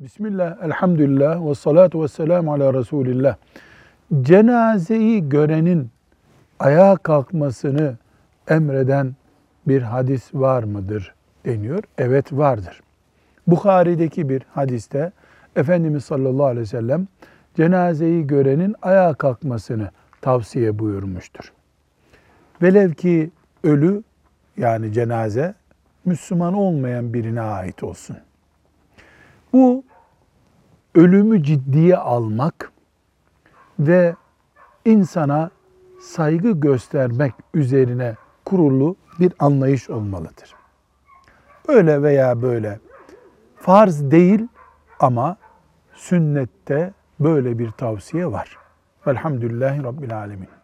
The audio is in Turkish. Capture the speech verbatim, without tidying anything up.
Bismillah, elhamdülillah, ve salatu ve selamu ala Resulillah. Cenazeyi görenin ayağa kalkmasını emreden bir hadis var mıdır deniyor. Evet vardır. Bukhari'deki bir hadiste Efendimiz sallallahu aleyhi ve sellem cenazeyi görenin ayağa kalkmasını tavsiye buyurmuştur. Velev ki ölü yani cenaze Müslüman olmayan birine ait olsun. Bu ölümü ciddiye almak ve insana saygı göstermek üzerine kurulu bir anlayış olmalıdır. Öyle veya böyle farz değil ama sünnette böyle bir tavsiye var. Velhamdülillahi Rabbil Alemin.